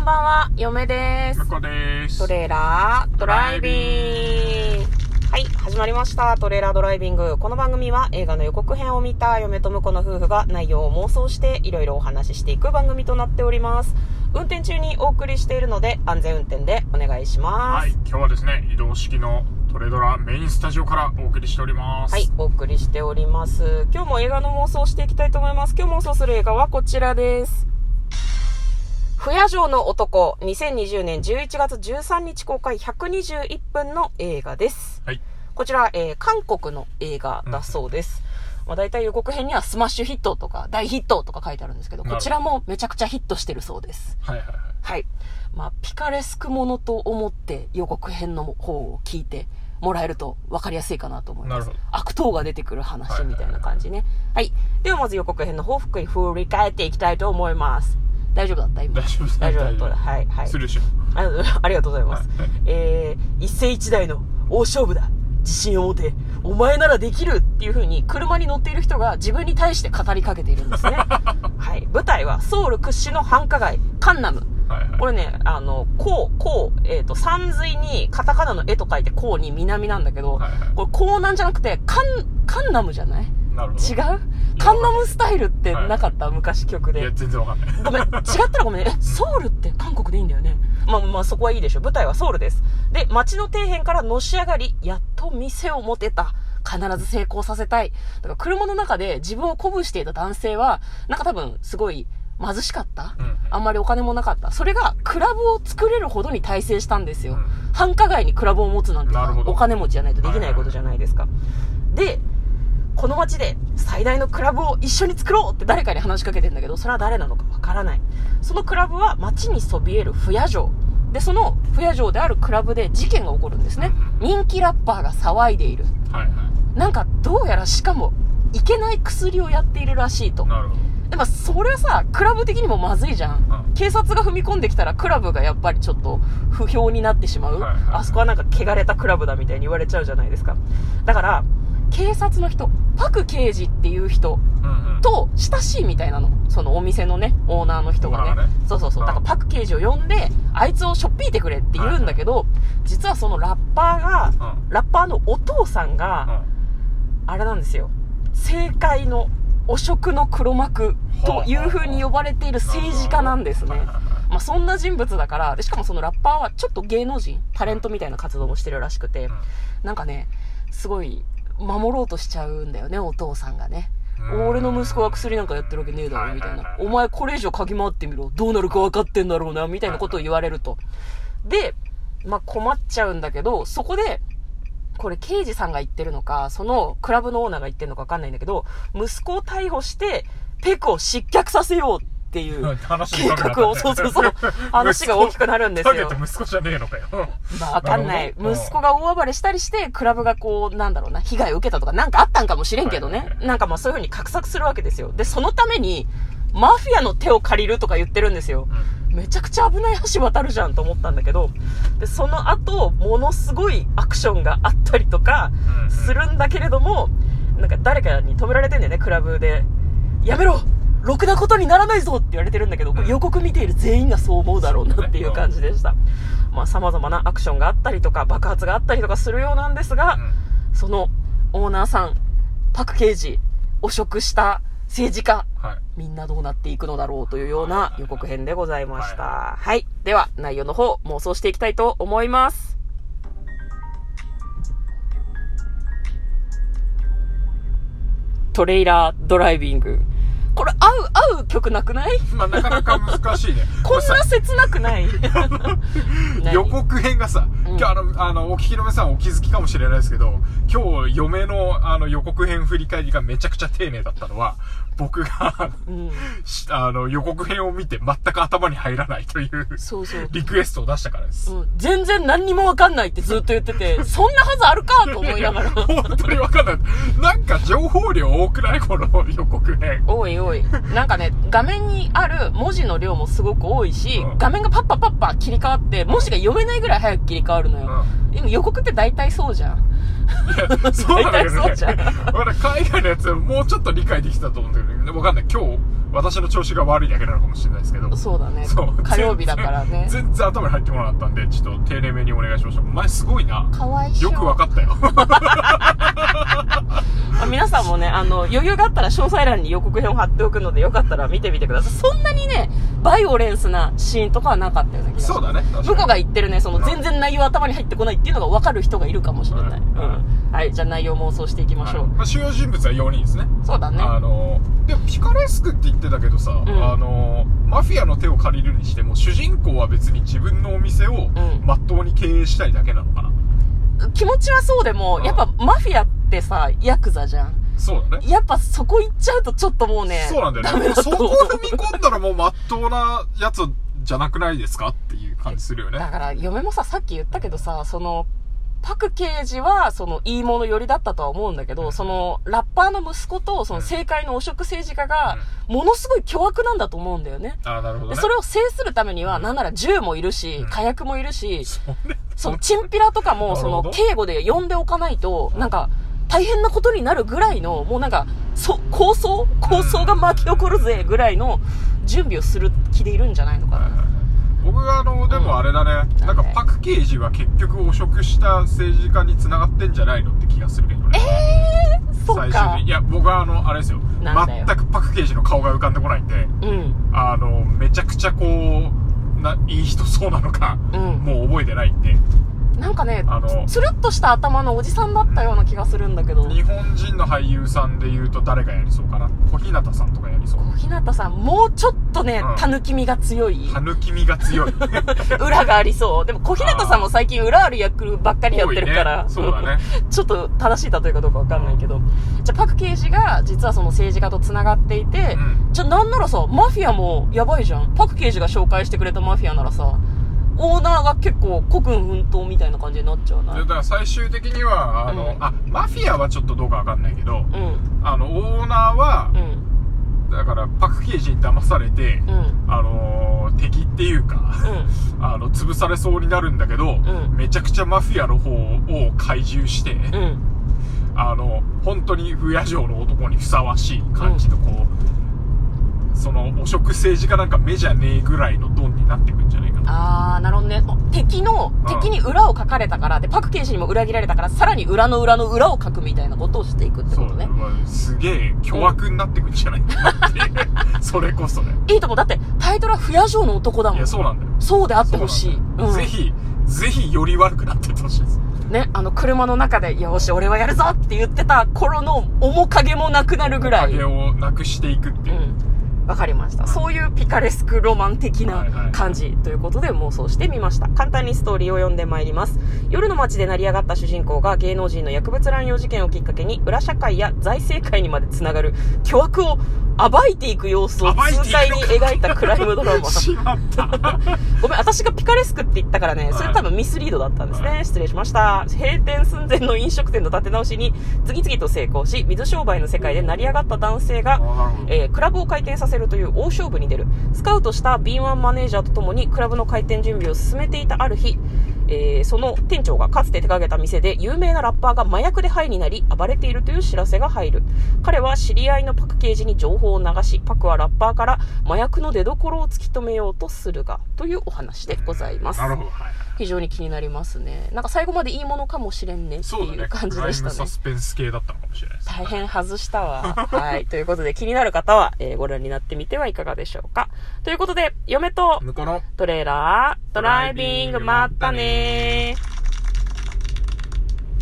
んばんは、嫁です。 向こうです。 トレーラードライビング。はい、始まりました。トレーラードライビング。この番組は映画の予告編を見た嫁と婿の夫婦が内容を妄想していろいろお話ししていく番組となっております。運転中にお送りしているので安全運転でお願いします。 はい、今日はですね、移動式のトレドラメインスタジオからお送りしております。 はい、お送りしております。今日も映画の妄想をしていきたいと思います。今日妄想する映画はこちらです。不夜城の男、2020年11月13日公開121分の映画です。 はい、 こちら、韓国の映画だそうです。だいたい予告編にはスマッシュヒットとか大ヒットとか書いてあるんですけど、こちらもめちゃくちゃヒットしてるそうです。 はいはいはい。 はい。ピカレスクものと思って予告編の方を聞いてもらえると分かりやすいかなと思います。悪党が出てくる話みたいな感じね。はい。ではまず予告編の方を振り返っていきたいと思います。大丈夫だった今。 大丈夫だった。はいはい。 するでしょ。 ありがとうございます。一世一代の大勝負だ。自信を持て。お前ならできるっていう風に車に乗っている人が自分に対して語りかけているんですね。はい。舞台はソウル屈指の繁華街、カンナム。 はいはい、 これね、山水にカタカナの絵と書いてこうに南なんだけど、 はいはい、 これこうなんじゃなくてカンナムじゃない？ なるほど。 違う？カンナムスタイルってなかった、はい、昔曲で。 いや、全然わかんない。 ごめん、違ったらごめんね。ソウルって韓国でいいんだよね。まあそこはいいでしょ。舞台はソウルです。で、街の底辺からのし上がり、やっと店を持てた。必ず成功させたい。だから車の中で自分を鼓舞していた男性は、なんか多分すごい貧しかった、あんまりお金もなかった。それがクラブを作れるほどに大成したんですよ。繁華街にクラブを持つなんてお金持ちじゃないとできないことじゃないですか。で、この街で最大のクラブを一緒に作ろうって誰かに話しかけてんだけど、それは誰なのかわからない。そのクラブは街にそびえる不夜城で、その不夜城であるクラブで事件が起こるんですね。人気ラッパーが騒いでいる。 はいはい、 なんかどうやらしかもいけない薬をやっているらしいと。 なるほど。 でもそれはさ、クラブ的にもまずいじゃん。警察が踏み込んできたらクラブがやっぱりちょっと不評になってしまう。あそこはなんか汚れたクラブだみたいに言われちゃうじゃないですか。だから警察の人、パク刑事っていう人と親しいみたいなの。そのお店のね、オーナーの人がね。そう。だからパク刑事を呼んで、あいつをしょっぴいてくれって言うんだけど、実はそのラッパーのお父さんが、あれなんですよ。政界の汚職の黒幕という風に呼ばれている政治家なんですね。そんな人物だから、でしかもそのラッパーはちょっと芸能人、タレントみたいな活動もしてるらしくて、なんかね、すごい守ろうとしちゃうんだよね、お父さんがね。俺の息子が薬なんかやってるわけねえだろみたいな。お前これ以上嗅ぎ回ってみろ、どうなるか分かってんだろうなみたいなことを言われると。で、困っちゃうんだけど、そこでこれ刑事さんが言ってるのか、そのクラブのオーナーが言ってるのか分かんないんだけど、息子を逮捕してペクを失脚させようっていう計画を、そう話が大きくなるんですよ。 息子じゃねえのかよ。 わかんない。息子が大暴れしたりして、クラブがこう、なんだろうな、被害を受けたとかなんかあったんかもしれんけどね。なんかそういう風に画策するわけですよ。で、そのために、マフィアの手を借りるとか言ってるんですよ。めちゃくちゃ危ない橋渡るじゃんと思ったんだけど、で、その後、ものすごいアクションがあったりとか、するんだけれども、なんか誰かに止められてんだよね、クラブで。やめろ！ろくなことにならないぞって言われてるんだけど、予告見ている全員がそう思うだろうなっていう感じでした。様々なアクションがあったりとか、爆発があったりとかするようなんですが、そのオーナーさん、パク刑事、汚職した政治家、みんなどうなっていくのだろうというような予告編でございました。はい。では、内容の方、妄想していきたいと思います。トレイラードライビング。これ合う曲なくない？ なかなか難しいね。 こんな切なくない予告編がさ、今日お聞きの皆さんお気づきかもしれないですけど、今日嫁の予告編振り返りがめちゃくちゃ丁寧だったのは、僕が、予告編を見て全く頭に入らないというリクエストを出したからです。 全然何にもわかんないってずっと言ってて、そんなはずあるかと思いながら。 本当にわかんない。なんか情報量多くない？この予告編。 多い。なんかね、画面にある文字の量もすごく多いし、画面がパッパ切り替わって、文字が読めないぐらい早く切り替わるのよ。予告って大体そうじゃん。 いや、そうなんだけどね。海外のやつもうちょっと理解できたと思うんだけど、わかんない。今日私の調子が悪いだけなのかもしれないですけど。 そうだね。火曜日だからね。 全然頭に入ってこなかったんで、ちょっと丁寧めにお願いしました。お前すごいな。 かわいい。 よくわかったよ。 皆さんもね、余裕があったら詳細欄に予告編を貼っておくので、よかったら見てみてください。そんなにね、バイオレンスなシーンとかはなかったよね。 そうだね。 向こうが言ってるね、全然内容頭に入ってこないっていうのが分かる人がいるかもしれない。はい、じゃあ内容妄想していきましょう。 主要人物は4人ですね。 そうだね。 でもピカレスクって言ってたけどさ、マフィアの手を借りるにしても、主人公は別に自分のお店をまっとうに経営したいだけなのかな。 気持ちはそうでも、やっぱマフィアってさ、ヤクザじゃん。 そうだね。 やっぱそこ行っちゃうとちょっともうね、 そうなんだよね。そこを踏み込んだらもうまっとうなやつじゃなくないですかっていう感じするよね。 だから嫁もさっき言ったけどさ、パク刑事はいいもの寄りだったとは思うんだけど、ラッパーの息子と政界の汚職政治家がものすごい巨悪なんだと思うんだよね。 なるほどね。 それを制するためには、なんなら銃もいるし、火薬もいるし、チンピラとかも警護で呼んでおかないと、なんか大変なことになるぐらいの、もうなんか抗争が巻き起こるぜぐらいの準備をする気でいるんじゃないのかな。 僕がでもあれだね、なんかパク刑事は結局汚職した政治家に繋がってんじゃないのって気がするけどね。 そっか。 最終的に。いや、僕はあれですよ。全くパク刑事の顔が浮かんでこないんで、めちゃくちゃいい人そうなのか、もう覚えてないんで。 なんかね、つるっとした頭のおじさんだったような気がするんだけど。 日本人の俳優さんで言うと誰がやりそうかな。小日向さんとかやりそう。 小日向さん、もうちょっとね、たぬきみが強い。 たぬきみが強い。 裏がありそう。でも小日向さんも最近裏ある役ばっかりやってるから。 ね、そうだね。 ちょっと正しい例えかどうかわかんないけど。じゃあパク刑事が実は政治家と繋がっていて、じゃあなんならさ、マフィアもやばいじゃん。パク刑事が紹介してくれたマフィアならさ、オーナーが結構孤軍奮闘みたいな感じになっちゃうな。 だから最終的にはマフィアはちょっとどうかわかんないけど、オーナーは、だからパク刑事に騙されて、敵っていうか、潰されそうになるんだけど、めちゃくちゃマフィアの方を懐柔して、本当に不夜城の男にふさわしい感じの汚職政治家なんか目じゃねえぐらいのドンになってくんじゃないかな。 なるほどね。敵に裏を書かれたから、で、パク刑事にも裏切られたから、さらに裏の裏の裏を書くみたいなことをしていくってことね。 すげえ巨悪になってくんじゃないかなっていう。それこそね。 いいとこ。だって、タイトルは不夜城の男だもん。 いや、そうなんだよ。 そうであってほしい。 ぜひより悪くなってってほしいです。 ね、車の中で、よし、俺はやるぞって言ってた頃の面影もなくなるぐらい。 面影をなくしていくっていう。 わかりました。そういうピカレスクロマン的な感じということで妄想してみました。簡単にストーリーを読んでまいります。夜の街で成り上がった主人公が芸能人の薬物乱用事件をきっかけに裏社会や財政界にまでつながる巨悪を暴いていく様子を痛快に描いたクライムドラマ。 しまった。 ごめん、私がピカレスクって言ったからね、それ多分ミスリードだったんですね。失礼しました。閉店寸前の飲食店の立て直しに次々と成功し、水商売の世界で成り上がった男性が、クラブを開店させるという大勝負に出る。スカウトした敏腕マネージャーとともにクラブの開店準備を進めていたある日、その店長がかつて手掛けた店で有名なラッパーが麻薬でハイになり暴れているという知らせが入る。彼は知り合いのパク刑事に情報を流し、パクはラッパーから麻薬の出所を突き止めようとするが、というお話でございます。 なるほど、はい。 非常に気になりますね。なんか最後までいいものかもしれんねっていう感じでしたね。 クライムサスペンス系だったのかもしれないです、ね。 大変外したわ。はい。ということで気になる方は、ご覧になってみてはいかがでしょうか。ということで、嫁と向こうのトレーラードライビング、まったねー。